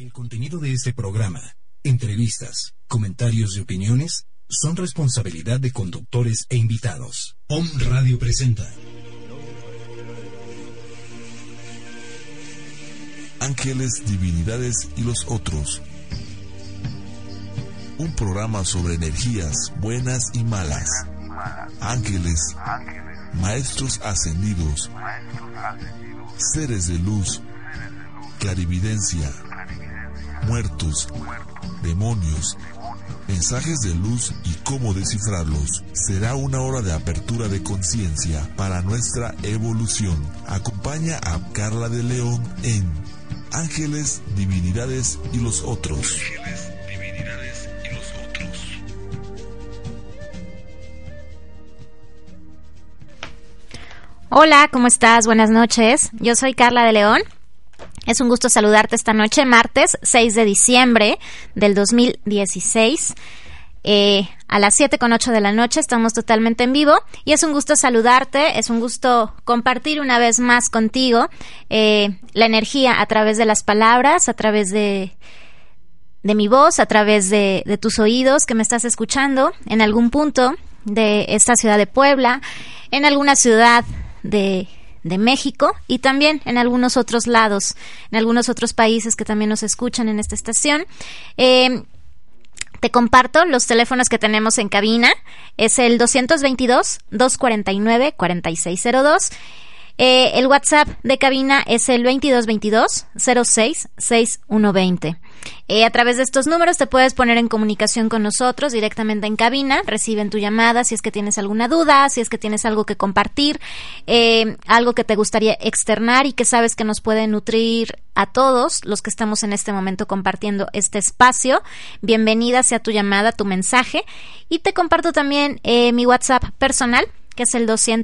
El contenido de este programa, entrevistas, comentarios y opiniones son responsabilidad de conductores e invitados. Om Radio presenta Ángeles, Divinidades y los Otros. Un programa sobre energías buenas y malas. Ángeles, maestros ascendidos, seres de luz, clarividencia, muertos, demonios, mensajes de luz y cómo descifrarlos. Será una hora de apertura de conciencia para nuestra evolución. Acompaña a Carla de León en Ángeles, Divinidades y los Otros. Ángeles, Divinidades y los Otros. Hola, ¿cómo estás? Buenas noches. Yo soy Carla de León. Es un gusto saludarte esta noche, martes 6 de diciembre del 2016. A las 7:08 de la noche estamos totalmente en vivo y es un gusto saludarte, es un gusto compartir una vez más contigo la energía a través de las palabras, a través de mi voz, a través de tus oídos que me estás escuchando en algún punto de esta ciudad de Puebla, en alguna ciudad de México y también en algunos otros lados, en algunos otros países que también nos escuchan en esta estación. Te comparto los teléfonos que tenemos en cabina. Es el 222-249-4602. El WhatsApp de cabina es el 2222-066120. A través de estos números te puedes poner en comunicación con nosotros directamente en cabina. Reciben tu llamada si es que tienes alguna duda, si es que tienes algo que compartir, algo que te gustaría externar y que sabes que nos puede nutrir a todos los que estamos en este momento compartiendo este espacio. Bienvenida sea tu llamada, tu mensaje. Y te comparto también mi WhatsApp personal, que es el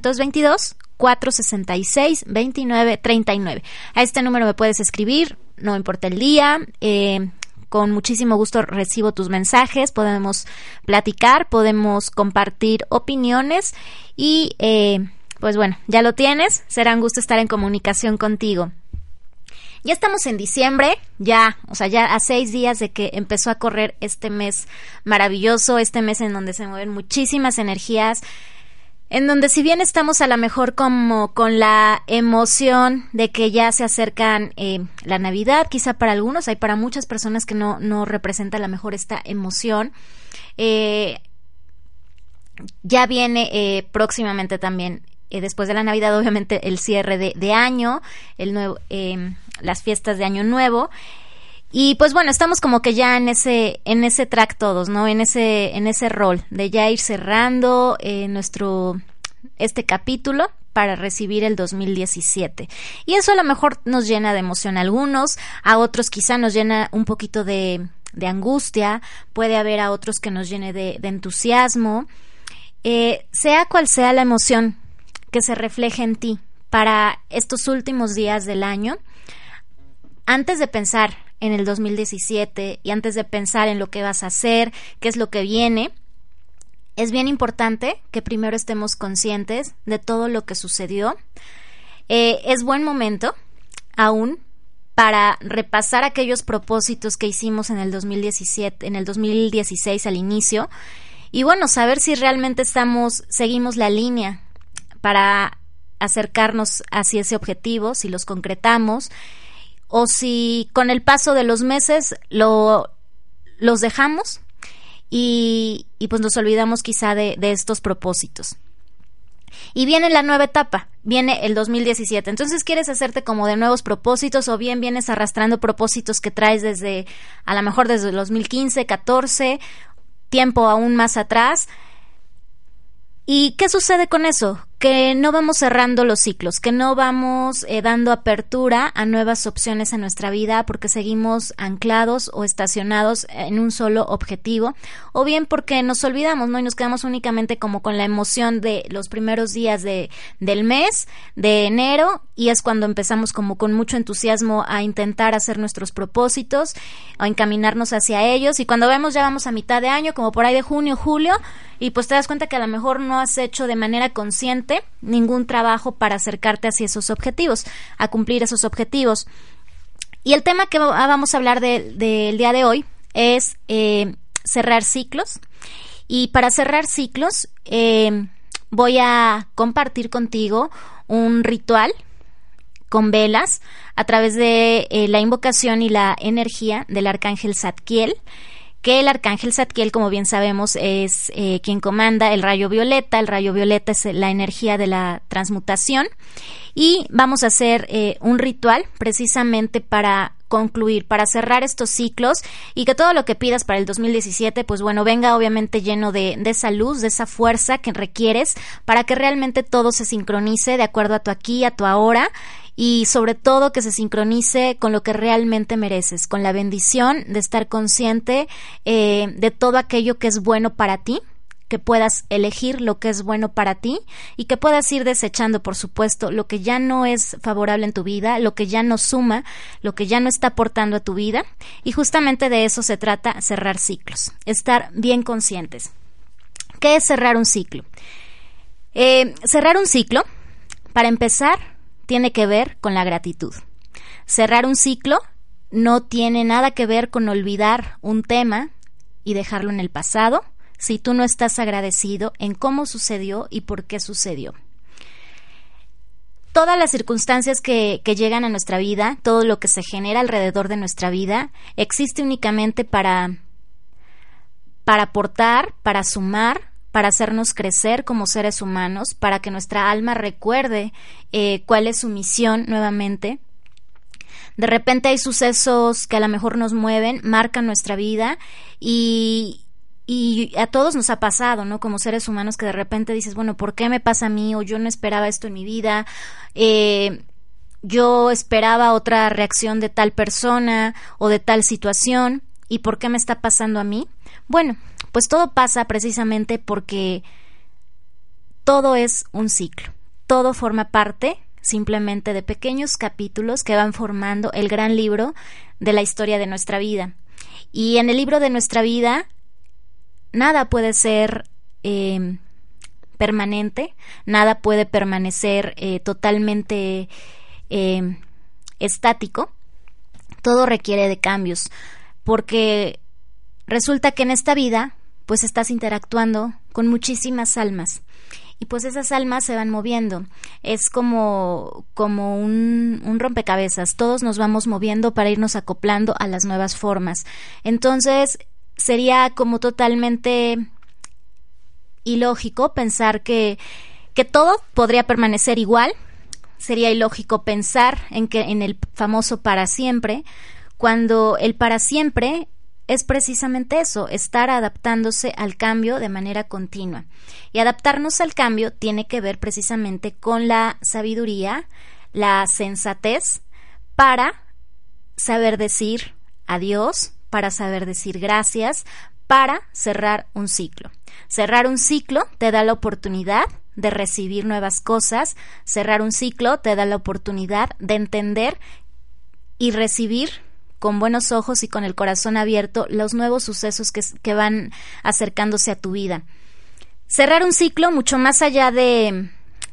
222-466-2939. A este número me puedes escribir, no importa el día, con muchísimo gusto recibo tus mensajes, podemos platicar, podemos compartir opiniones y pues bueno, ya lo tienes, será un gusto estar en comunicación contigo. Ya estamos en diciembre, ya a 6 días de que empezó a correr este mes maravilloso, este mes en donde se mueven muchísimas energías, en donde si bien estamos a lo mejor como con la emoción de que ya se acercan la Navidad, quizá para algunos, hay para muchas personas que no representa a lo mejor esta emoción, ya viene próximamente también, después de la Navidad obviamente el cierre de año, el nuevo, las fiestas de Año Nuevo. Y pues bueno, estamos como que ya en ese track todos, ¿no? En ese rol de ya ir cerrando este capítulo para recibir el 2017. Y eso a lo mejor nos llena de emoción a algunos, a otros quizá nos llena un poquito de angustia, puede haber a otros que nos llene de entusiasmo. Sea cual sea la emoción que se refleje en ti para estos últimos días del año, antes de pensar en el 2017 y antes de pensar en lo que vas a hacer, qué es lo que viene, es bien importante que primero estemos conscientes de todo lo que sucedió. Es buen momento aún para repasar aquellos propósitos que hicimos en el 2017, en el 2016 al inicio, y bueno, saber si realmente seguimos la línea para acercarnos hacia ese objetivo, si los concretamos, o si con el paso de los meses los dejamos y pues nos olvidamos quizá de estos propósitos. Y viene la nueva etapa, viene el 2017. Entonces quieres hacerte como de nuevos propósitos o bien vienes arrastrando propósitos que traes a lo mejor desde el 2015, 14, tiempo aún más atrás. ¿Y qué sucede con eso? Que no vamos cerrando los ciclos, que no vamos dando apertura a nuevas opciones en nuestra vida porque seguimos anclados o estacionados en un solo objetivo, o bien porque nos olvidamos, ¿no? Y nos quedamos únicamente como con la emoción de los primeros días del mes, de enero, y es cuando empezamos como con mucho entusiasmo a intentar hacer nuestros propósitos, a encaminarnos hacia ellos, y cuando vemos ya vamos a mitad de año, como por ahí de junio, julio, y pues te das cuenta que a lo mejor no has hecho de manera consciente ningún trabajo para acercarte hacia esos objetivos, a cumplir esos objetivos. Y el tema que vamos a hablar del día de hoy es cerrar ciclos. Y para cerrar ciclos, voy a compartir contigo un ritual con velas a través de la invocación y la energía del arcángel Zadkiel, que el arcángel Zadkiel, como bien sabemos, es quien comanda el rayo violeta. El rayo violeta es la energía de la transmutación, y vamos a hacer un ritual precisamente para concluir, para cerrar estos ciclos, y que todo lo que pidas para el 2017, pues bueno, venga obviamente lleno de esa luz, de esa fuerza que requieres para que realmente todo se sincronice de acuerdo a tu aquí, a tu ahora, y sobre todo que se sincronice con lo que realmente mereces, con la bendición de estar consciente de todo aquello que es bueno para ti, que puedas elegir lo que es bueno para ti y que puedas ir desechando, por supuesto, lo que ya no es favorable en tu vida, lo que ya no suma, lo que ya no está aportando a tu vida, y justamente de eso se trata cerrar ciclos, estar bien conscientes. ¿Qué es cerrar un ciclo? Cerrar un ciclo, para empezar, tiene que ver con la gratitud. Cerrar un ciclo no tiene nada que ver con olvidar un tema y dejarlo en el pasado, si tú no estás agradecido en cómo sucedió y por qué sucedió. Todas las circunstancias que llegan a nuestra vida, todo lo que se genera alrededor de nuestra vida, existe únicamente para aportar, para sumar, para hacernos crecer como seres humanos, para que nuestra alma recuerde cuál es su misión nuevamente. De repente hay sucesos que a lo mejor nos mueven, marcan nuestra vida, y a todos nos ha pasado, ¿no? Como seres humanos, que de repente dices, bueno, ¿por qué me pasa a mí? O yo no esperaba esto en mi vida, yo esperaba otra reacción de tal persona o de tal situación, ¿y por qué me está pasando a mí? Bueno, pues todo pasa precisamente porque todo es un ciclo, todo forma parte simplemente de pequeños capítulos que van formando el gran libro de la historia de nuestra vida. Y en el libro de nuestra vida nada puede ser permanente, nada puede permanecer totalmente estático, todo requiere de cambios, porque resulta que en esta vida pues estás interactuando con muchísimas almas, y pues esas almas se van moviendo. Es como un rompecabezas, todos nos vamos moviendo para irnos acoplando a las nuevas formas. Entonces sería como totalmente ilógico pensar que todo podría permanecer igual. Sería ilógico pensar en el famoso para siempre, cuando el para siempre es precisamente eso, estar adaptándose al cambio de manera continua. Y adaptarnos al cambio tiene que ver precisamente con la sabiduría, la sensatez, para saber decir adiós, para saber decir gracias, para cerrar un ciclo. Cerrar un ciclo te da la oportunidad de recibir nuevas cosas. Cerrar un ciclo te da la oportunidad de entender y recibir con buenos ojos y con el corazón abierto los nuevos sucesos que van acercándose a tu vida. Cerrar un ciclo, mucho más allá de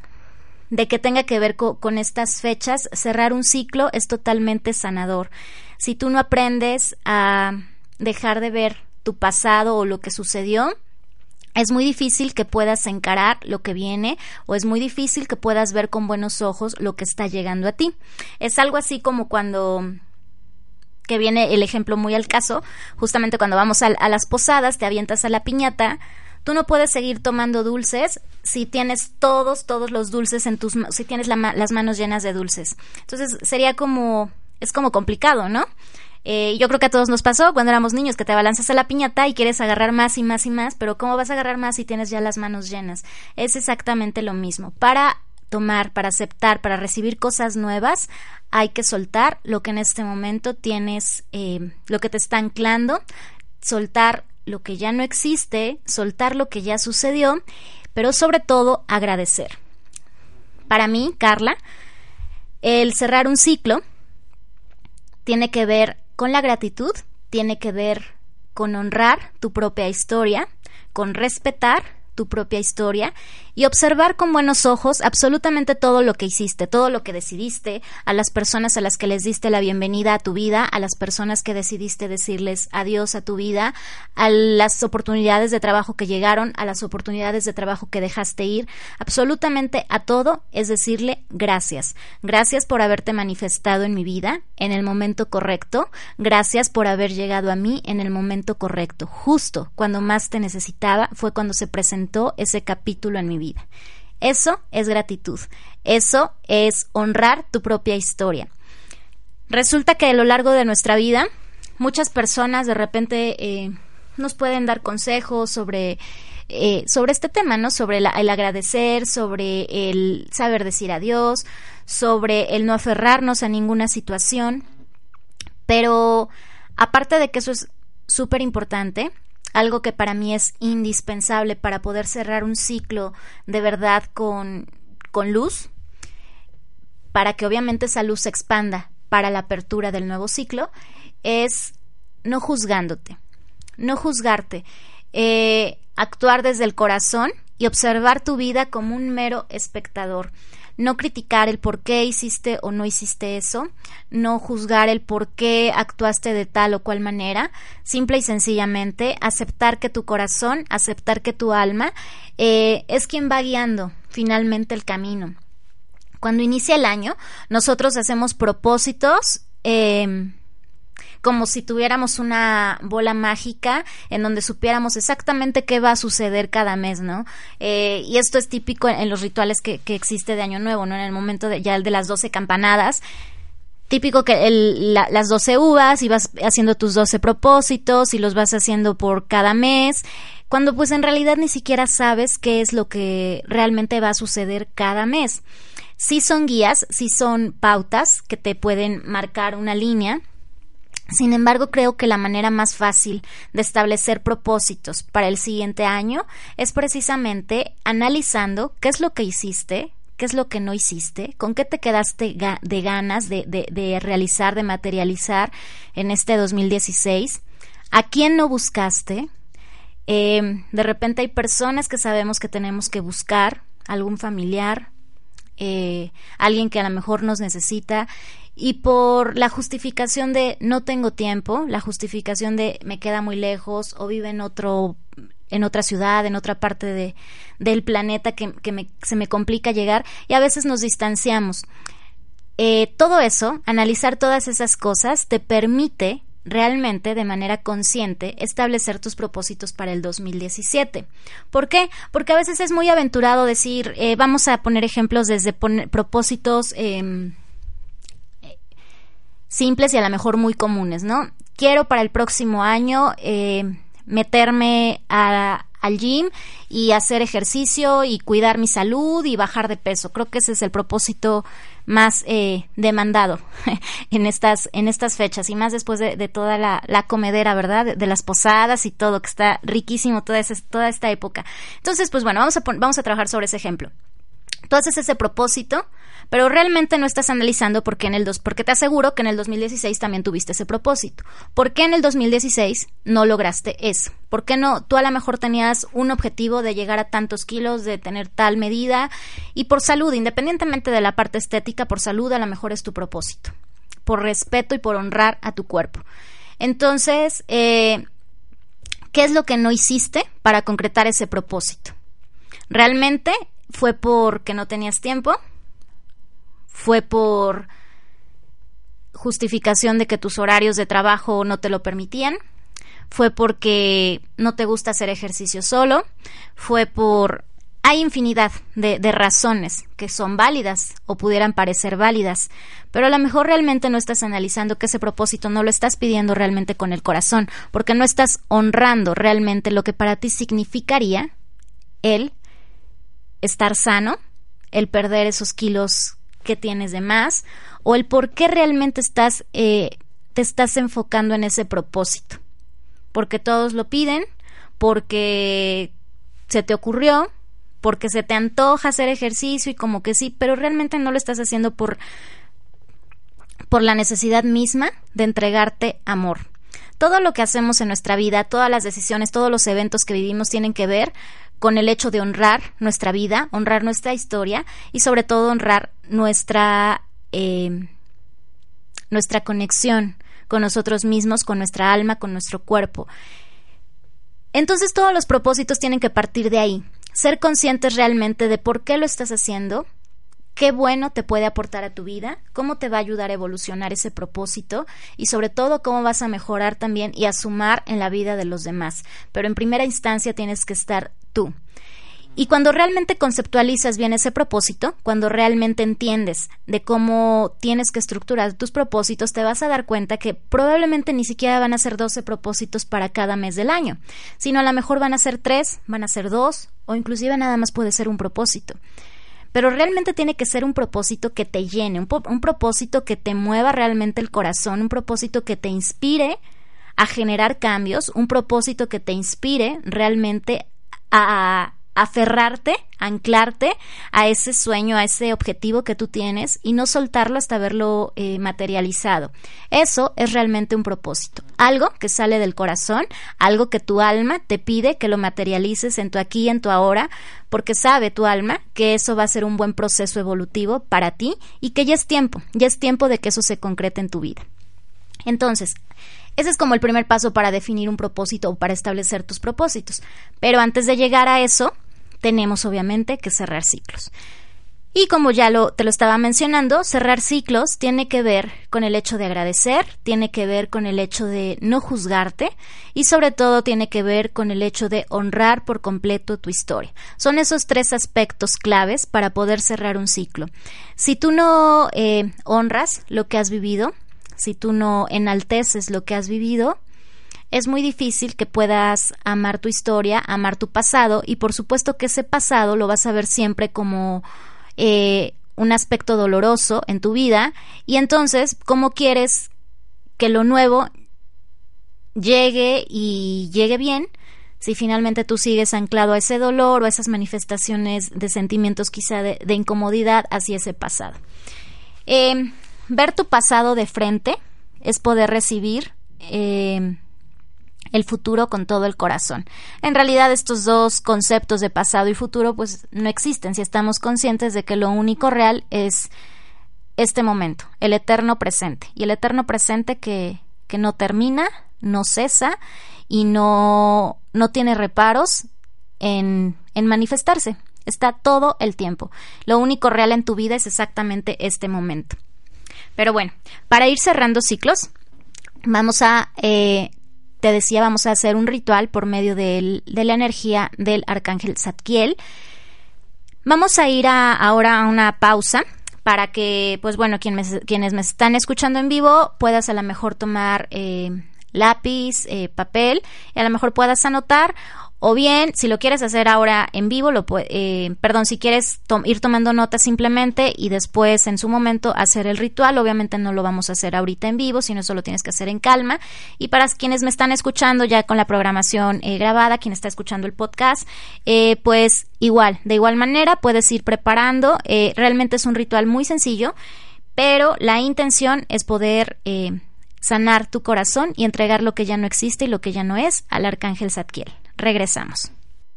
que tenga que ver con estas fechas, cerrar un ciclo es totalmente sanador. Si tú no aprendes a dejar de ver tu pasado o lo que sucedió, es muy difícil que puedas encarar lo que viene, o es muy difícil que puedas ver con buenos ojos lo que está llegando a ti. Es algo así como cuando, que viene el ejemplo muy al caso, justamente cuando vamos a las posadas, te avientas a la piñata. Tú no puedes seguir tomando dulces si tienes todos los dulces si tienes las manos llenas de dulces. Entonces sería es como complicado, ¿no? Yo creo que a todos nos pasó cuando éramos niños, que te abalanzas a la piñata y quieres agarrar más y más y más, pero ¿cómo vas a agarrar más si tienes ya las manos llenas? Es exactamente lo mismo. Para tomar, para aceptar, para recibir cosas nuevas, hay que soltar lo que en este momento tienes, lo que te está anclando, soltar lo que ya no existe, soltar lo que ya sucedió, pero sobre todo agradecer. Para mí, Carla, el cerrar un ciclo tiene que ver con la gratitud, tiene que ver con honrar tu propia historia, con respetar tu propia historia y observar con buenos ojos absolutamente todo lo que hiciste, todo lo que decidiste, a las personas a las que les diste la bienvenida a tu vida, a las personas que decidiste decirles adiós a tu vida, a las oportunidades de trabajo que llegaron, a las oportunidades de trabajo que dejaste ir, absolutamente a todo es decirle gracias. Gracias por haberte manifestado en mi vida en el momento correcto, gracias por haber llegado a mí en el momento correcto, justo cuando más te necesitaba fue cuando se presentó ese capítulo en mi vida. Eso es gratitud, eso es honrar tu propia historia. Resulta que a lo largo de nuestra vida, muchas personas de repente nos pueden dar consejos sobre este tema, ¿no? Sobre el agradecer, sobre el saber decir adiós, sobre el no aferrarnos a ninguna situación. Pero aparte de que eso es súper importante, algo que para mí es indispensable para poder cerrar un ciclo de verdad con luz, para que obviamente esa luz se expanda para la apertura del nuevo ciclo, es no juzgándote, no juzgarte, actuar desde el corazón y observar tu vida como un mero espectador. No criticar el por qué hiciste o no hiciste eso, no juzgar el por qué actuaste de tal o cual manera, simple y sencillamente aceptar que tu corazón, aceptar que tu alma es quien va guiando finalmente el camino. Cuando inicia el año, nosotros hacemos propósitos como si tuviéramos una bola mágica en donde supiéramos exactamente qué va a suceder cada mes, ¿no? Y esto es típico en los rituales que existe de Año Nuevo, ¿no? En el momento de las 12 campanadas, típico que las 12 uvas y vas haciendo tus 12 propósitos y los vas haciendo por cada mes, cuando pues en realidad ni siquiera sabes qué es lo que realmente va a suceder cada mes. Sí son guías, sí son pautas que te pueden marcar una línea. Sin embargo, creo que la manera más fácil de establecer propósitos para el siguiente año es precisamente analizando qué es lo que hiciste, qué es lo que no hiciste, con qué te quedaste de ganas de realizar, de materializar en este 2016, a quién no buscaste. De repente hay personas que sabemos que tenemos que buscar, algún familiar, alguien que a lo mejor nos necesita, y por la justificación de no tengo tiempo, la justificación de me queda muy lejos o vive en otra ciudad, en otra parte del planeta que se me complica llegar, y a veces nos distanciamos. Todo eso, analizar todas esas cosas te permite realmente de manera consciente establecer tus propósitos para el 2017. ¿Por qué? Porque a veces es muy aventurado decir, vamos a poner ejemplos desde propósitos simples y a lo mejor muy comunes, ¿no? Quiero para el próximo año meterme al gym y hacer ejercicio y cuidar mi salud y bajar de peso. Creo que ese es el propósito más demandado en estas fechas, y más después de toda la comedera, ¿verdad? De las posadas y todo, que está riquísimo toda esta época. Entonces, pues bueno, vamos a trabajar sobre ese ejemplo. Tú haces ese propósito, pero realmente no estás analizando porque te aseguro que en el 2016 también tuviste ese propósito. ¿Por qué en el 2016 no lograste eso? ¿Por qué no? Tú a lo mejor tenías un objetivo de llegar a tantos kilos, de tener tal medida, y por salud, independientemente de la parte estética, por salud a lo mejor es tu propósito, por respeto y por honrar a tu cuerpo. Entonces, ¿qué es lo que no hiciste para concretar ese propósito? ¿Realmente fue porque no tenías tiempo? ¿Fue por justificación de que tus horarios de trabajo no te lo permitían? ¿Fue porque no te gusta hacer ejercicio solo? Hay infinidad de razones que son válidas o pudieran parecer válidas, pero a lo mejor realmente no estás analizando que ese propósito no lo estás pidiendo realmente con el corazón, porque no estás honrando realmente lo que para ti significaría el estar sano, el perder esos kilos que tienes de más, o el por qué realmente te estás enfocando en ese propósito. Porque todos lo piden, porque se te ocurrió, porque se te antoja hacer ejercicio y como que sí, pero realmente no lo estás haciendo por la necesidad misma de entregarte amor. Todo lo que hacemos en nuestra vida, todas las decisiones, todos los eventos que vivimos tienen que ver con el hecho de honrar nuestra vida, honrar nuestra historia y sobre todo honrar nuestra conexión con nosotros mismos, con nuestra alma, con nuestro cuerpo. Entonces todos los propósitos tienen que partir de ahí, ser conscientes realmente de por qué lo estás haciendo, qué bueno te puede aportar a tu vida, cómo te va a ayudar a evolucionar ese propósito y sobre todo cómo vas a mejorar también y a sumar en la vida de los demás. Pero en primera instancia tienes que estar tú. Y cuando realmente conceptualizas bien ese propósito, cuando realmente entiendes de cómo tienes que estructurar tus propósitos, te vas a dar cuenta que probablemente ni siquiera van a ser 12 propósitos para cada mes del año, sino a lo mejor van a ser 3, van a ser 2 o inclusive nada más puede ser un propósito. Pero realmente tiene que ser un propósito que te llene, un propósito que te mueva realmente el corazón, un propósito que te inspire a generar cambios, un propósito que te inspire realmente a aferrarte, a anclarte a ese sueño, a ese objetivo que tú tienes y no soltarlo hasta verlo materializado. Eso es realmente un propósito, algo que sale del corazón, algo que tu alma te pide que lo materialices en tu aquí y en tu ahora, porque sabe tu alma que eso va a ser un buen proceso evolutivo para ti y que ya es tiempo de que eso se concrete en tu vida. Entonces, ese es como el primer paso para definir un propósito o para establecer tus propósitos. Pero antes de llegar a eso, tenemos obviamente que cerrar ciclos. Y como ya te lo estaba mencionando, cerrar ciclos tiene que ver con el hecho de agradecer, tiene que ver con el hecho de no juzgarte y sobre todo tiene que ver con el hecho de honrar por completo tu historia. Son esos 3 aspectos claves para poder cerrar un ciclo. Si tú no honras lo que has vivido, si tú no enalteces lo que has vivido, es muy difícil que puedas amar tu historia, amar tu pasado y por supuesto que ese pasado lo vas a ver siempre como un aspecto doloroso en tu vida y entonces, ¿cómo quieres que lo nuevo llegue y llegue bien si finalmente tú sigues anclado a ese dolor o a esas manifestaciones de sentimientos quizá de incomodidad hacia ese pasado? Ver tu pasado de frente es poder recibir el futuro con todo el corazón. En realidad estos 2 conceptos de pasado y futuro pues no existen si estamos conscientes de que lo único real es este momento, el eterno presente. Y el eterno presente que no termina, no cesa y no tiene reparos en manifestarse. Está todo el tiempo. Lo único real en tu vida es exactamente este momento. Pero bueno, para ir cerrando ciclos, vamos a hacer un ritual por medio de la energía del arcángel Zadkiel. Vamos a ir ahora a una pausa para que, pues bueno, quienes me están escuchando en vivo puedas a lo mejor tomar lápiz, papel, y a lo mejor puedas anotar. O bien, si lo quieres hacer ahora en vivo, si quieres ir tomando notas simplemente y después en su momento hacer el ritual, obviamente no lo vamos a hacer ahorita en vivo, sino eso lo tienes que hacer en calma. Y para quienes me están escuchando ya con la programación grabada, quien está escuchando el podcast, pues de igual manera puedes ir preparando. Realmente es un ritual muy sencillo, pero la intención es poder sanar tu corazón y entregar lo que ya no existe y lo que ya no es al arcángel Zadkiel. Regresamos.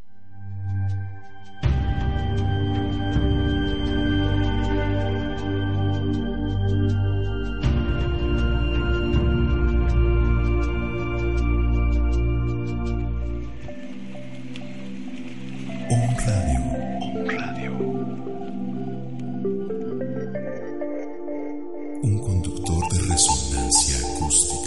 Un conductor de resonancia acústica.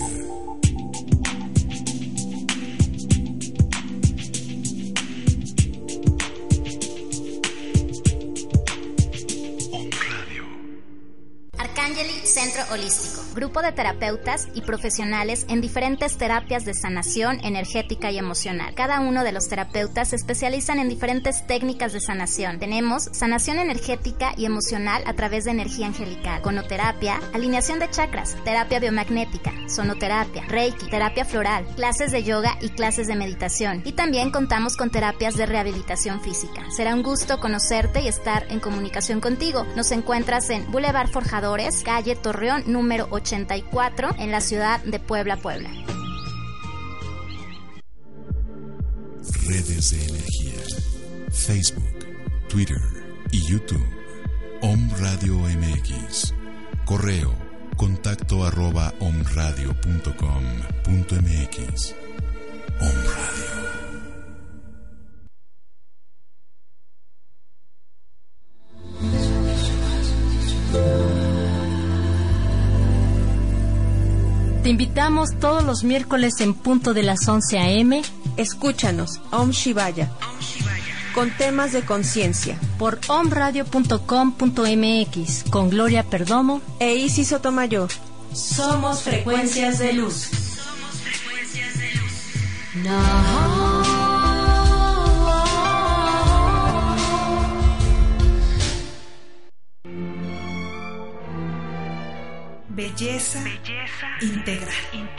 Arcángeli Centro Holístico, grupo de terapeutas y profesionales en diferentes terapias de sanación energética y emocional. Cada uno de los terapeutas se especializan en diferentes técnicas de sanación. Tenemos sanación energética y emocional a través de energía angelical, conoterapia, alineación de chakras, terapia biomagnética, sonoterapia, reiki, terapia floral, clases de yoga y clases de meditación. Y también contamos con terapias de rehabilitación física. Será un gusto conocerte y estar en comunicación contigo. Nos encuentras en Boulevard Forjadores, calle Torreón número 84 en la ciudad de Puebla. Redes de energía. Facebook, Twitter y YouTube. Om Radio MX. Correo contacto@omradio.com.mx. Om Radio. Te invitamos todos los miércoles en punto de las 11 a.m. Escúchanos, Om Shivaya, con temas de conciencia, por omradio.com.mx, con Gloria Perdomo e Isis Sotomayor. Somos frecuencias de luz. Belleza integral.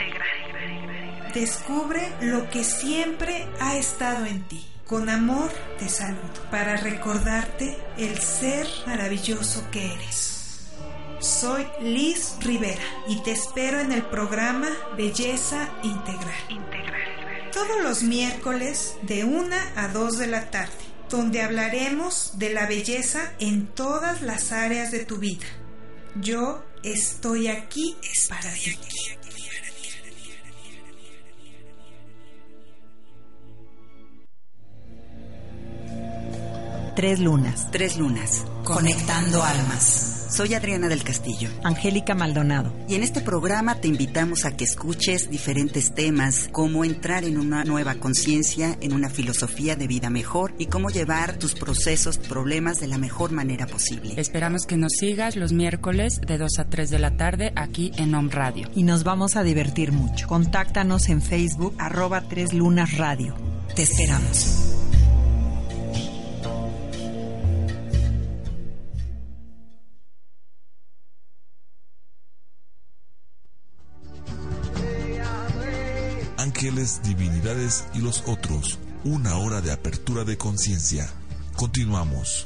Descubre lo que siempre ha estado en ti. Con amor te saludo para recordarte el ser maravilloso que eres. Soy Liz Rivera y te espero en el programa Belleza Integral. Todos los miércoles de 1 a 2 de la tarde, donde hablaremos de la belleza en todas las áreas de tu vida. Yo estoy aquí para ti. Tres lunas. Conectando almas. Soy Adriana del Castillo. Angélica Maldonado. Y en este programa te invitamos a que escuches diferentes temas, cómo entrar en una nueva conciencia, en una filosofía de vida mejor y cómo llevar tus procesos, problemas de la mejor manera posible. Esperamos que nos sigas los miércoles de 2 a 3 de la tarde aquí en Om Radio. Y nos vamos a divertir mucho. Contáctanos en Facebook, @3lunasradio. Te esperamos. Ángeles, divinidades y los otros. Una hora de apertura de conciencia. Continuamos.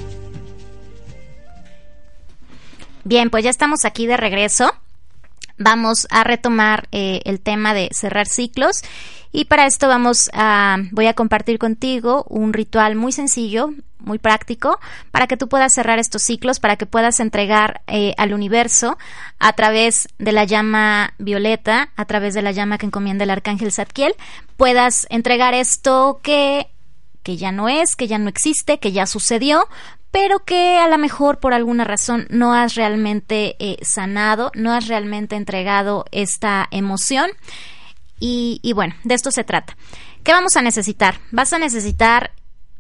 Bien, pues ya estamos aquí de regreso. Vamos a retomar el tema de cerrar ciclos. Y para esto voy a compartir contigo un ritual muy sencillo, muy práctico, para que tú puedas cerrar estos ciclos, para que puedas entregar al universo a través de la llama violeta, a través de la llama que encomienda el arcángel Zadkiel, puedas entregar esto que ya no es, que ya no existe, que ya sucedió, pero que a lo mejor por alguna razón no has realmente sanado, no has realmente entregado esta emoción. Y bueno, de esto se trata. ¿Qué vamos a necesitar? Vas a necesitar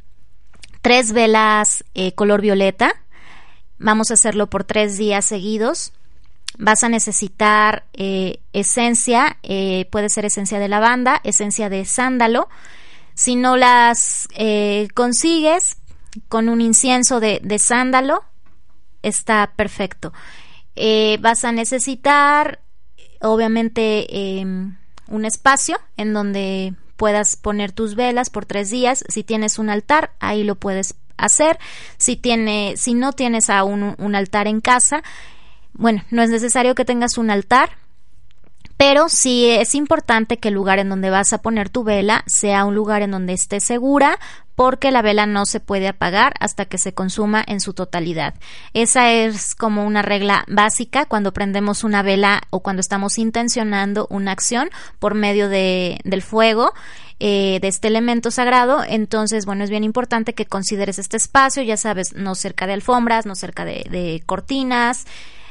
3 velas color violeta. Vamos a hacerlo por 3 días seguidos. Vas a necesitar esencia, puede ser esencia de lavanda, esencia de sándalo. Si no las consigues, con un incienso de sándalo, está perfecto. Vas a necesitar, obviamente, un espacio en donde puedas poner tus velas por 3 días. Si tienes un altar, ahí lo puedes hacer. Si no tienes aún un altar en casa, bueno, no es necesario que tengas un altar, pero sí es importante que el lugar en donde vas a poner tu vela sea un lugar en donde esté segura, porque la vela no se puede apagar hasta que se consuma en su totalidad. Esa es como una regla básica cuando prendemos una vela o cuando estamos intencionando una acción por medio del fuego, de este elemento sagrado. Entonces, bueno, es bien importante que consideres este espacio, ya sabes, no cerca de alfombras, no cerca de cortinas.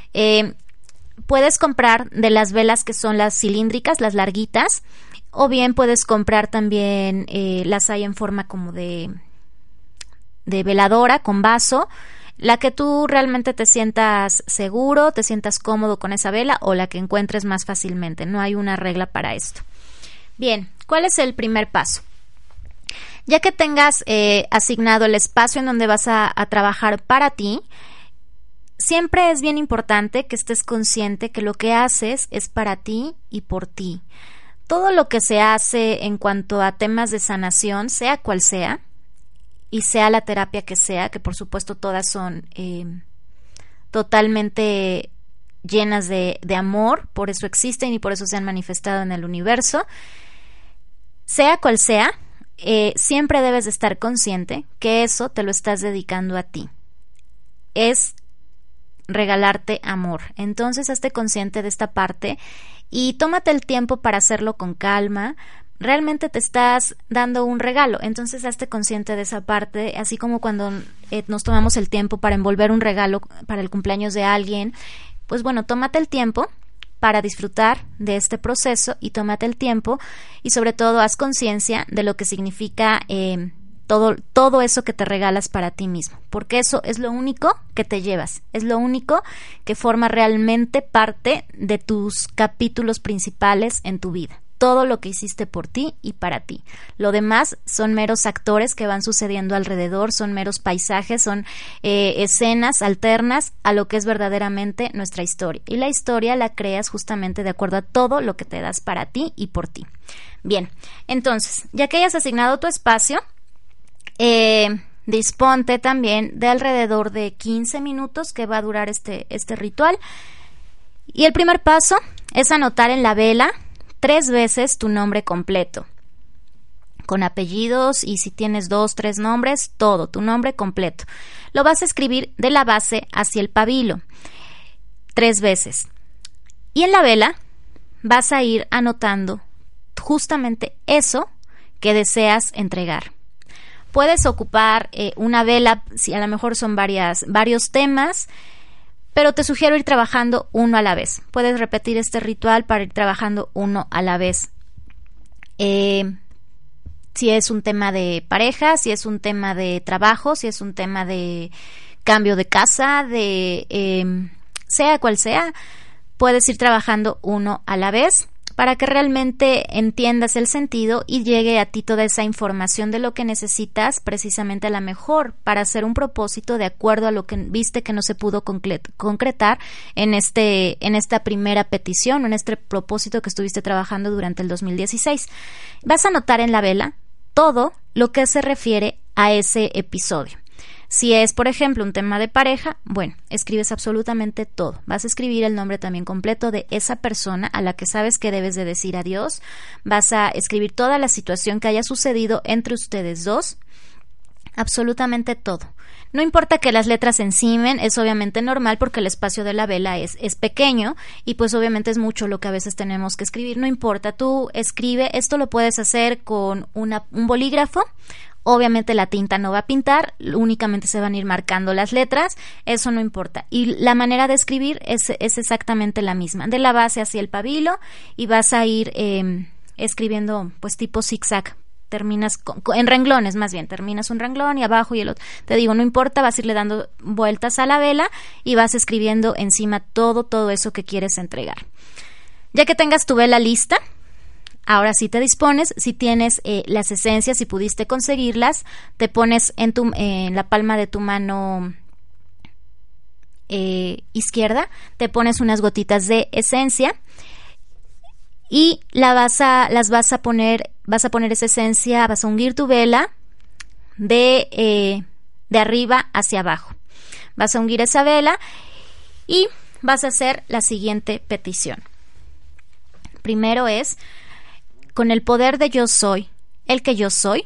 Puedes comprar de las velas que son las cilíndricas, las larguitas, o bien puedes comprar también, las hay en forma como de veladora con vaso, la que tú realmente te sientas seguro, te sientas cómodo con esa vela, o la que encuentres más fácilmente. No hay una regla para esto. Bien, ¿cuál es el primer paso? Ya que tengas asignado el espacio en donde vas a trabajar para ti, siempre es bien importante que estés consciente que lo que haces es para ti y por ti. Todo lo que se hace en cuanto a temas de sanación, sea cual sea, y sea la terapia que sea, que por supuesto todas son totalmente llenas de amor, por eso existen y por eso se han manifestado en el universo, sea cual sea, siempre debes de estar consciente que eso te lo estás dedicando a ti. Es regalarte amor. Entonces, hazte consciente de esta parte y tómate el tiempo para hacerlo con calma. Realmente te estás dando un regalo, entonces hazte consciente de esa parte, así como cuando nos tomamos el tiempo para envolver un regalo para el cumpleaños de alguien. Pues bueno, tómate el tiempo para disfrutar de este proceso y tómate el tiempo y sobre todo haz conciencia de lo que significa todo eso que te regalas para ti mismo, porque eso es lo único que te llevas, es lo único que forma realmente parte de tus capítulos principales en tu vida. Todo lo que hiciste por ti y para ti. Lo demás son meros actores que van sucediendo alrededor, son meros paisajes, son escenas alternas a lo que es verdaderamente nuestra historia. Y la historia la creas justamente de acuerdo a todo lo que te das para ti y por ti. Bien, entonces, ya que hayas asignado tu espacio, disponte también de alrededor de 15 minutos que va a durar este ritual. Y el primer paso es anotar en la vela 3 veces tu nombre completo, con apellidos y si tienes 2, 3 nombres, todo, tu nombre completo. Lo vas a escribir de la base hacia el pabilo 3 veces. Y en la vela vas a ir anotando justamente eso que deseas entregar. Puedes ocupar una vela, si a lo mejor son varios temas, pero te sugiero ir trabajando uno a la vez. Puedes repetir este ritual para ir trabajando uno a la vez. Si es un tema de pareja, si es un tema de trabajo, si es un tema de cambio de casa, sea cual sea, puedes ir trabajando uno a la vez para que realmente entiendas el sentido y llegue a ti toda esa información de lo que necesitas precisamente a la mejor para hacer un propósito de acuerdo a lo que viste que no se pudo concretar en esta primera petición, en este propósito que estuviste trabajando durante el 2016. Vas a anotar en la vela todo lo que se refiere a ese episodio. Si es, por ejemplo, un tema de pareja, bueno, escribes absolutamente todo. Vas a escribir el nombre también completo de esa persona a la que sabes que debes de decir adiós. Vas a escribir toda la situación que haya sucedido entre ustedes dos. Absolutamente todo. No importa que las letras se encimen, es obviamente normal porque el espacio de la vela es pequeño y pues obviamente es mucho lo que a veces tenemos que escribir. No importa, tú escribe, esto lo puedes hacer con un bolígrafo. Obviamente la tinta no va a pintar, únicamente se van a ir marcando las letras, eso no importa. Y la manera de escribir es exactamente la misma, de la base hacia el pabilo y vas a ir escribiendo pues tipo zigzag. Terminas en renglones, más bien, terminas un renglón y abajo y el otro. Te digo, no importa, vas a irle dando vueltas a la vela y vas escribiendo encima todo eso que quieres entregar. Ya que tengas tu vela lista, ahora sí te dispones, si tienes las esencias, si pudiste conseguirlas, te pones en la palma de tu mano izquierda, te pones unas gotitas de esencia y vas a poner esa esencia, vas a hundir tu vela de arriba hacia abajo. Vas a hundir esa vela y vas a hacer la siguiente petición. Primero es: con el poder de yo soy, el que yo soy,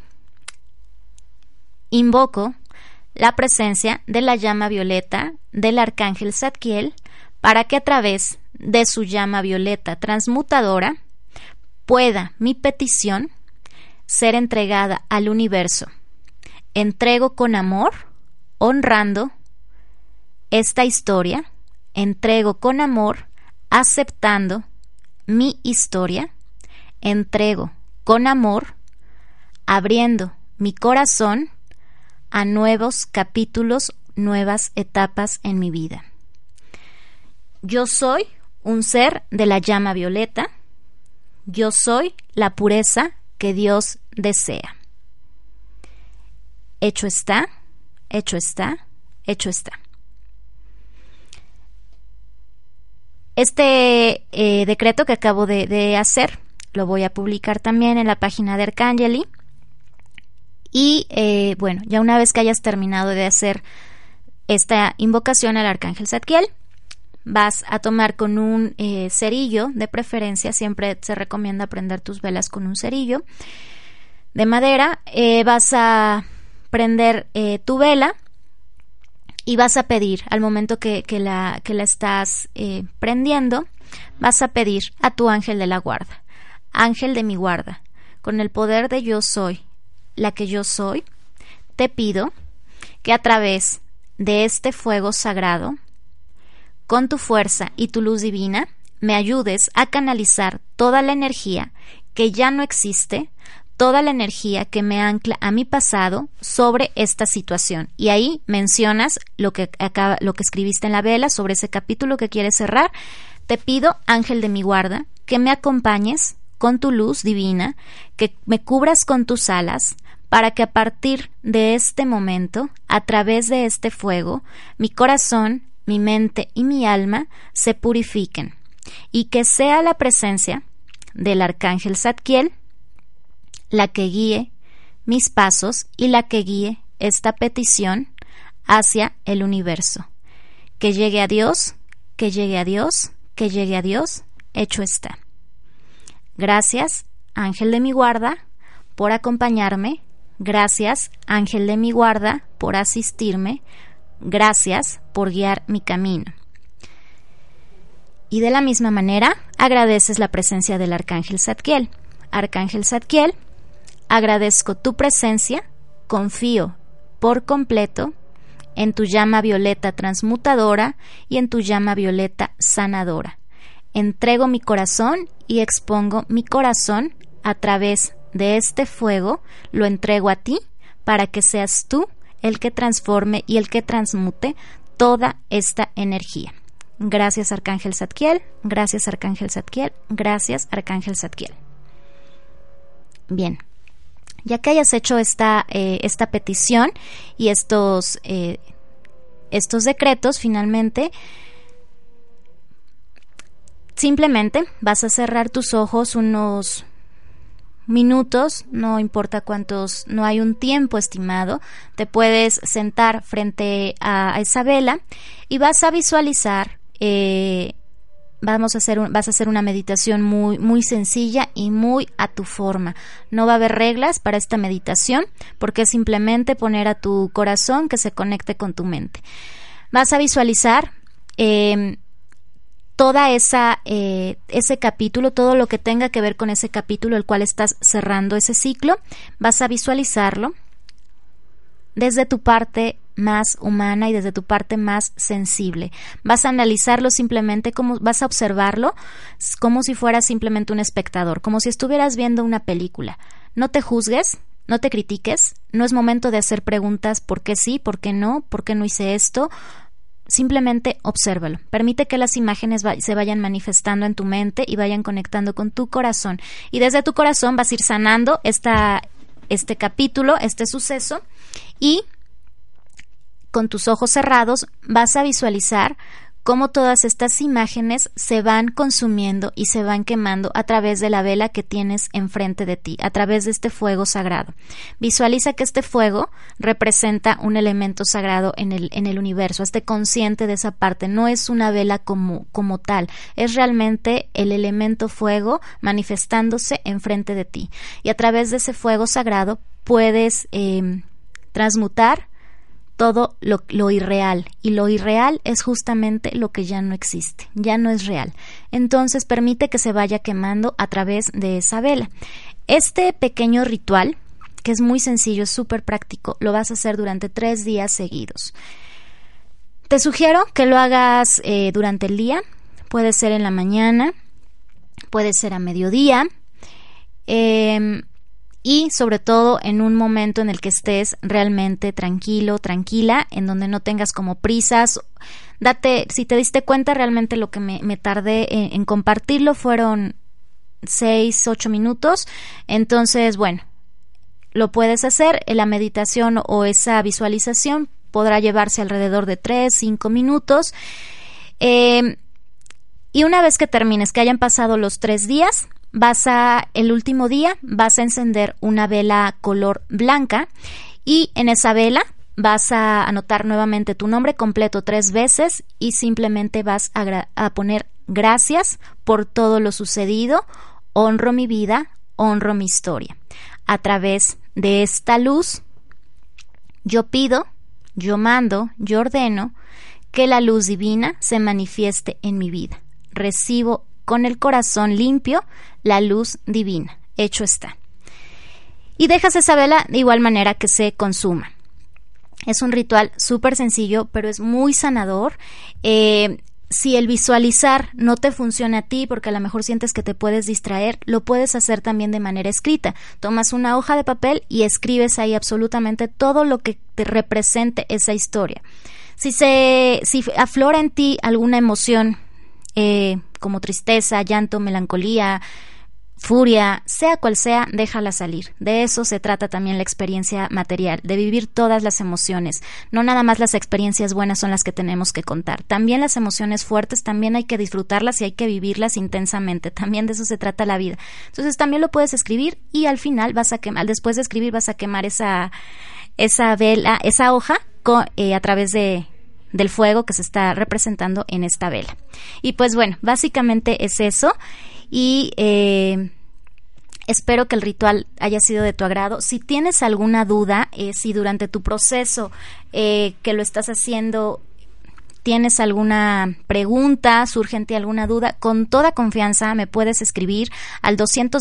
invoco la presencia de la llama violeta del arcángel Zadkiel para que a través de su llama violeta transmutadora pueda mi petición ser entregada al universo. Entrego con amor, honrando esta historia, entrego con amor, aceptando mi historia, entrego con amor, abriendo mi corazón a nuevos capítulos, nuevas etapas en mi vida. Yo soy un ser de la llama violeta. Yo soy la pureza que Dios desea. Hecho está, hecho está, hecho está. Este decreto que acabo de hacer lo voy a publicar también en la página de Arcangeli. Y bueno, ya una vez que hayas terminado de hacer esta invocación al arcángel Zadkiel, vas a tomar con un cerillo, de preferencia, siempre se recomienda prender tus velas con un cerillo. de madera, vas a prender tu vela y vas a pedir, al momento que la estás prendiendo, vas a pedir a tu ángel de la guarda: ángel de mi guarda, con el poder de yo soy, la que yo soy, te pido que a través de este fuego sagrado, con tu fuerza y tu luz divina, me ayudes a canalizar toda la energía que ya no existe, toda la energía que me ancla a mi pasado sobre esta situación. Y ahí mencionas lo que escribiste en la vela sobre ese capítulo que quieres cerrar. Te pido, ángel de mi guarda, que me acompañes con tu luz divina, que me cubras con tus alas, para que a partir de este momento, a través de este fuego, mi corazón, mi mente y mi alma se purifiquen, y que sea la presencia del arcángel Zadkiel la que guíe mis pasos y la que guíe esta petición hacia el universo. Que llegue a Dios, que llegue a Dios, que llegue a Dios, hecho está. Gracias, ángel de mi guarda, por acompañarme. Gracias, ángel de mi guarda, por asistirme. Gracias por guiar mi camino. Y de la misma manera, agradeces la presencia del arcángel Zadkiel. Arcángel Zadkiel, agradezco tu presencia, confío por completo en tu llama violeta transmutadora y en tu llama violeta sanadora. Entrego mi corazón y expongo mi corazón a través de este fuego, lo entrego a ti para que seas tú el que transforme y el que transmute toda esta energía. Gracias, arcángel Zadkiel, gracias, arcángel Zadkiel, gracias, arcángel Zadkiel. Bien, ya que hayas hecho esta petición y estos decretos, finalmente, simplemente vas a cerrar tus ojos unos minutos, no importa cuántos, no hay un tiempo estimado. Te puedes sentar frente a esa vela y vas a visualizar, vas a hacer una meditación muy, muy sencilla y muy a tu forma. No va a haber reglas para esta meditación, porque es simplemente poner a tu corazón que se conecte con tu mente. Vas a visualizar toda ese capítulo, todo lo que tenga que ver con ese capítulo, el cual estás cerrando ese ciclo. Vas a visualizarlo desde tu parte más humana y desde tu parte más sensible. Vas a analizarlo simplemente, vas a observarlo como si fueras simplemente un espectador, como si estuvieras viendo una película. No te juzgues, no te critiques, no es momento de hacer preguntas ¿por qué sí, por qué no hice esto? Simplemente obsérvalo. Permite que las imágenes se vayan manifestando en tu mente y vayan conectando con tu corazón. Y desde tu corazón vas a ir sanando este capítulo, este suceso, y con tus ojos cerrados vas a visualizar cómo todas estas imágenes se van consumiendo y se van quemando a través de la vela que tienes enfrente de ti, a través de este fuego sagrado. Visualiza que este fuego representa un elemento sagrado en el universo. Esté consciente de esa parte. No es una vela como tal, es realmente el elemento fuego manifestándose enfrente de ti. Y a través de ese fuego sagrado puedes transmutar todo lo irreal, y lo irreal es justamente lo que ya no existe, ya no es real. Entonces permite que se vaya quemando a través de esa vela. Este pequeño ritual, que es muy sencillo, es súper práctico, lo vas a hacer durante 3 días seguidos. Te sugiero que lo hagas durante el día, puede ser en la mañana, puede ser a mediodía, y sobre todo en un momento en el que estés realmente tranquilo, tranquila, en donde no tengas como prisas. Si te diste cuenta, realmente lo que me tardé en compartirlo fueron 6-8 minutos. Entonces, bueno, lo puedes hacer. La meditación o esa visualización podrá llevarse alrededor de 3-5 minutos. Y una vez que termines, que hayan pasado los 3 días, el último día vas a encender una vela color blanca, y en esa vela vas a anotar nuevamente tu nombre completo 3 veces y simplemente vas a poner gracias por todo lo sucedido, honro mi vida, honro mi historia. a través de esta luz, yo pido, yo mando, yo ordeno que la luz divina se manifieste en mi vida. Recibo con el corazón limpio la luz divina. Hecho está. Y dejas esa vela de igual manera que se consuma. Es un ritual súper sencillo, pero es muy sanador. Si el visualizar no te funciona a ti, porque a lo mejor sientes que te puedes distraer, lo puedes hacer también de manera escrita. Tomas una hoja de papel y escribes ahí absolutamente todo lo que te represente esa historia. Si aflora en ti alguna emoción, como tristeza, llanto, melancolía, furia, sea cual sea, déjala salir. De eso se trata también la experiencia material, de vivir todas las emociones. No nada más las experiencias buenas son las que tenemos que contar. También las emociones fuertes, también hay que disfrutarlas y hay que vivirlas intensamente. También de eso se trata la vida. Entonces también lo puedes escribir y al final después de escribir vas a quemar esa vela, esa hoja a través del fuego que se está representando en esta vela. Y pues bueno, básicamente es eso. Y espero que el ritual haya sido de tu agrado. Si tienes alguna duda, si durante tu proceso que lo estás haciendo tienes alguna pregunta, surge en ti alguna duda, con toda confianza me puedes escribir al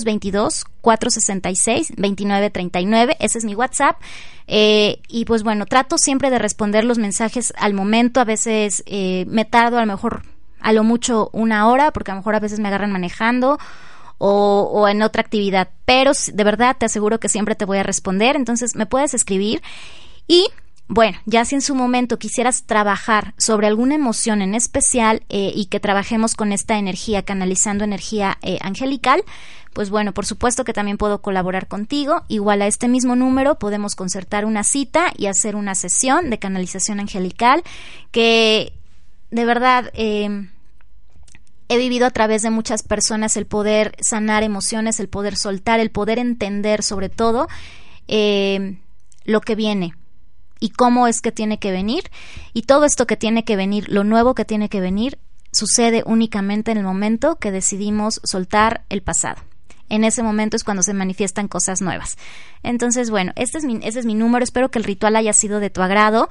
222-466-2939. Ese es mi WhatsApp. Y pues bueno, trato siempre de responder los mensajes al momento. A veces me tardo a lo mejor a lo mucho 1 hora, porque a lo mejor a veces me agarran manejando o en otra actividad, pero de verdad te aseguro que siempre te voy a responder. Entonces me puedes escribir. Y bueno, ya si en su momento quisieras trabajar sobre alguna emoción en especial y que trabajemos con esta energía, canalizando energía angelical, pues bueno, por supuesto que también puedo colaborar contigo. Igual a este mismo número podemos concertar una cita y hacer una sesión de canalización angelical que de verdad he vivido a través de muchas personas el poder sanar emociones, el poder soltar, el poder entender sobre todo lo que viene y cómo es que tiene que venir. Y todo esto que tiene que venir, lo nuevo que tiene que venir, sucede únicamente en el momento que decidimos soltar el pasado. En ese momento es cuando se manifiestan cosas nuevas. Entonces, bueno, ese es mi número. Espero que el ritual haya sido de tu agrado.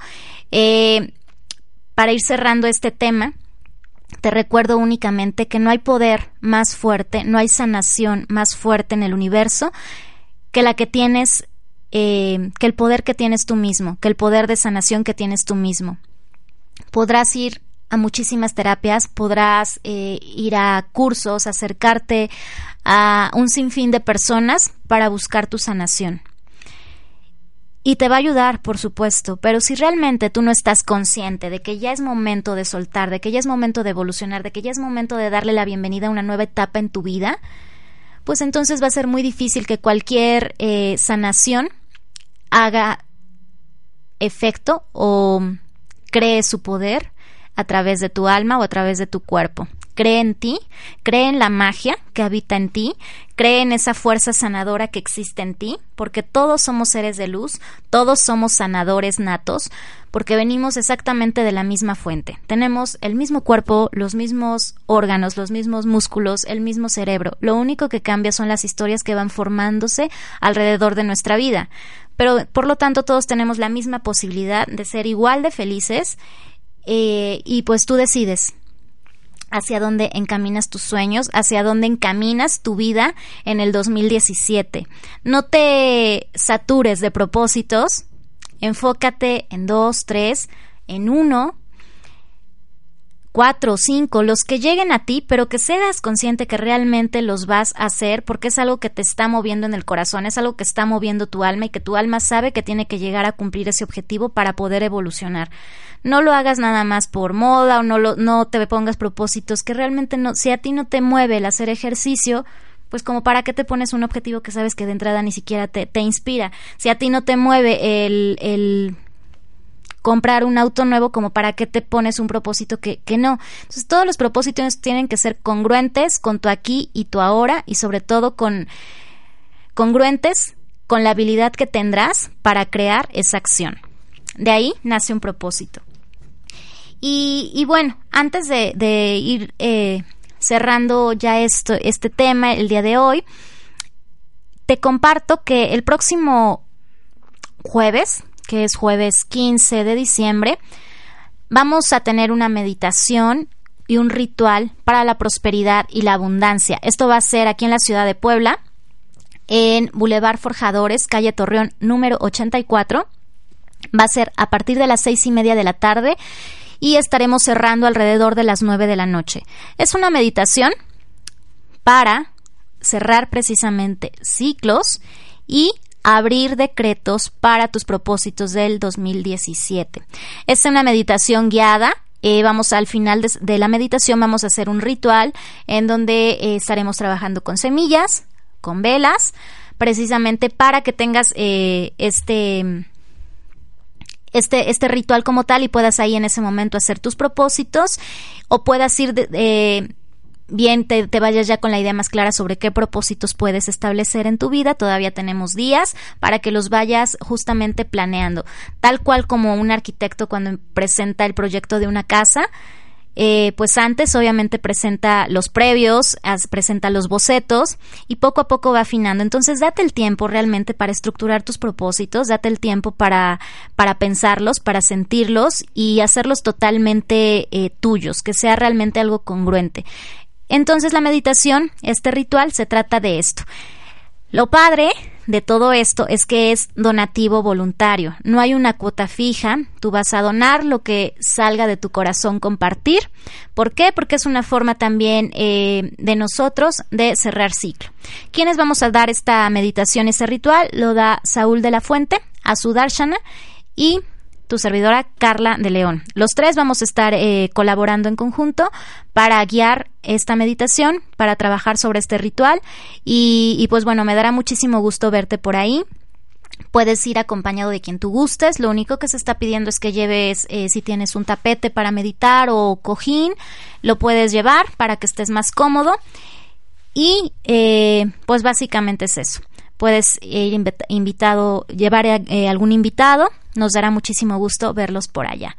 Para ir cerrando este tema, te recuerdo únicamente que no hay poder más fuerte, no hay sanación más fuerte en el universo que la que tienes, que el poder que tienes tú mismo, que el poder de sanación que tienes tú mismo. Podrás ir a muchísimas terapias, podrás ir a cursos, acercarte a un sinfín de personas para buscar tu sanación. Y te va a ayudar, por supuesto, pero si realmente tú no estás consciente de que ya es momento de soltar, de que ya es momento de evolucionar, de que ya es momento de darle la bienvenida a una nueva etapa en tu vida, pues entonces va a ser muy difícil que cualquier sanación haga efecto o cree su poder a través de tu alma o a través de tu cuerpo. Cree en ti, cree en la magia que habita en ti, cree en esa fuerza sanadora que existe en ti, porque todos somos seres de luz, todos somos sanadores natos, porque venimos exactamente de la misma fuente. Tenemos el mismo cuerpo, los mismos órganos, los mismos músculos, el mismo cerebro. Lo único que cambia son las historias que van formándose alrededor de nuestra vida. Pero, por lo tanto, todos tenemos la misma posibilidad de ser igual de felices y pues tú decides hacia dónde encaminas tus sueños, hacia dónde encaminas tu vida en el 2017. No te satures de propósitos, enfócate en 2, 3, en 1, 4 o 5, los que lleguen a ti, pero que seas consciente que realmente los vas a hacer porque es algo que te está moviendo en el corazón, es algo que está moviendo tu alma y que tu alma sabe que tiene que llegar a cumplir ese objetivo para poder evolucionar. No lo hagas nada más por moda o no te pongas propósitos que realmente no, si a ti no te mueve el hacer ejercicio, pues como para qué te pones un objetivo que sabes que de entrada ni siquiera te inspira. Si a ti no te mueve el comprar un auto nuevo, como para qué te pones un propósito que no. Entonces todos los propósitos tienen que ser congruentes con tu aquí y tu ahora y sobre todo congruentes con la habilidad que tendrás para crear esa acción. De ahí nace un propósito. Y bueno, antes de ir cerrando ya este tema el día de hoy, te comparto que el próximo jueves, que es jueves 15 de diciembre, vamos a tener una meditación y un ritual para la prosperidad y la abundancia. Esto va a ser aquí en la ciudad de Puebla, en Boulevard Forjadores, calle Torreón, número 84. Va a ser a partir de las 6:30 de la tarde y estaremos cerrando alrededor de las 9 de la noche. Es una meditación para cerrar precisamente ciclos y abrir decretos para tus propósitos del 2017. Es una meditación guiada. Vamos al final de la meditación, vamos a hacer un ritual en donde estaremos trabajando con semillas, con velas, precisamente para que tengas este ritual como tal y puedas ahí en ese momento hacer tus propósitos, o puedas ir bien te vayas ya con la idea más clara sobre qué propósitos puedes establecer en tu vida. Todavía tenemos días para que los vayas justamente planeando, tal cual como un arquitecto cuando presenta el proyecto de una casa. Pues antes obviamente presenta los previos, presenta los bocetos y poco a poco va afinando. Entonces date el tiempo realmente para estructurar tus propósitos, date el tiempo para pensarlos, para sentirlos y hacerlos totalmente tuyos, que sea realmente algo congruente. Entonces la meditación, este ritual, se trata de esto. Lo padre de todo esto es que es donativo voluntario. No hay una cuota fija. Tú vas a donar lo que salga de tu corazón compartir. ¿Por qué? Porque es una forma también de nosotros de cerrar ciclo. ¿Quiénes vamos a dar esta meditación, este ritual? Lo da Saúl de la Fuente, Azu Darshana y tu servidora Carla de León. Los tres vamos a estar colaborando en conjunto para guiar esta meditación, para trabajar sobre este ritual y pues bueno, me dará muchísimo gusto verte por ahí. Puedes ir acompañado de quien tú gustes. Lo único que se está pidiendo es que lleves, si tienes un tapete para meditar o cojín, lo puedes llevar para que estés más cómodo y pues básicamente es eso. Puedes ir llevar algún invitado. Nos dará muchísimo gusto verlos por allá.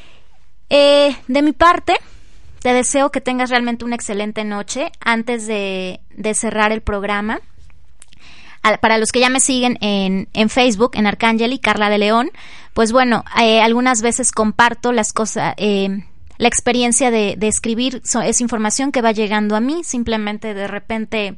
De mi parte, te deseo que tengas realmente una excelente noche. Antes de cerrar el programa, para los que ya me siguen en Facebook, en Arcángel y Carla de León, pues bueno, algunas veces comparto las cosas, la experiencia de escribir. Es información que va llegando a mí, simplemente de repente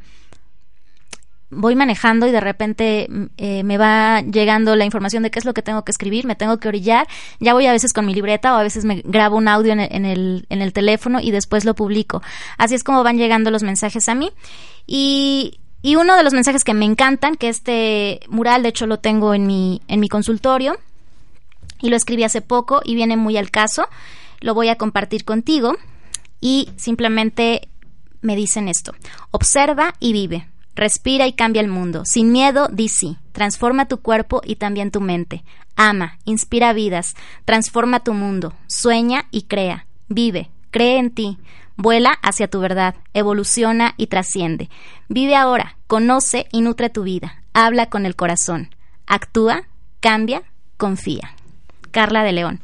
voy manejando y de repente me va llegando la información de qué es lo que tengo que escribir, me tengo que orillar, ya voy a veces con mi libreta o a veces me grabo un audio en el teléfono y después lo publico. Así es como van llegando los mensajes a mí y uno de los mensajes que me encantan, que este mural de hecho lo tengo en mi consultorio y lo escribí hace poco y viene muy al caso, lo voy a compartir contigo y simplemente me dicen esto: observa y vive. Respira y cambia el mundo. Sin miedo, di sí. Transforma tu cuerpo y también tu mente. Ama, inspira vidas. Transforma tu mundo. Sueña y crea. Vive, cree en ti. Vuela hacia tu verdad. Evoluciona y trasciende. Vive ahora. Conoce y nutre tu vida. Habla con el corazón. Actúa, cambia, confía. Carla de León.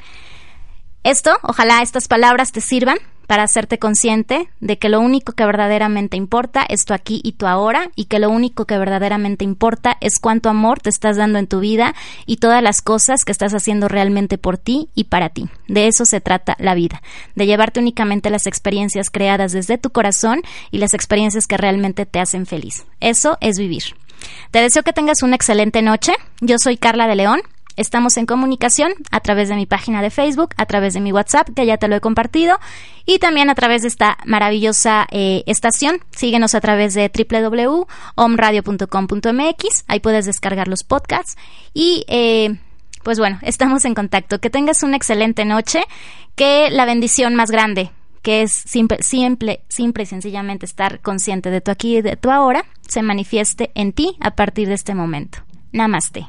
Ojalá estas palabras te sirvan para hacerte consciente de que lo único que verdaderamente importa es tu aquí y tu ahora, y que lo único que verdaderamente importa es cuánto amor te estás dando en tu vida y todas las cosas que estás haciendo realmente por ti y para ti. De eso se trata la vida, de llevarte únicamente las experiencias creadas desde tu corazón y las experiencias que realmente te hacen feliz. Eso es vivir. Te deseo que tengas una excelente noche. Yo soy Carla de León. Estamos en comunicación a través de mi página de Facebook, a través de mi WhatsApp, que ya te lo he compartido, y también a través de esta maravillosa estación. Síguenos a través de www.omradio.com.mx, ahí puedes descargar los podcasts y pues bueno, estamos en contacto. Que tengas una excelente noche, que la bendición más grande, que es simple y sencillamente estar consciente de tu aquí y de tu ahora, se manifieste en ti a partir de este momento. Namaste.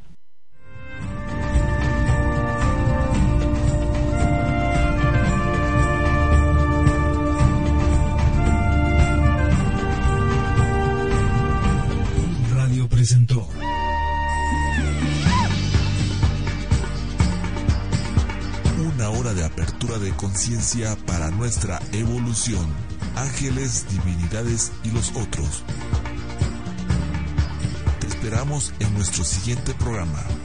Presentó una hora de apertura de conciencia para nuestra evolución. Ángeles, divinidades y los otros. esperamos en nuestro siguiente programa.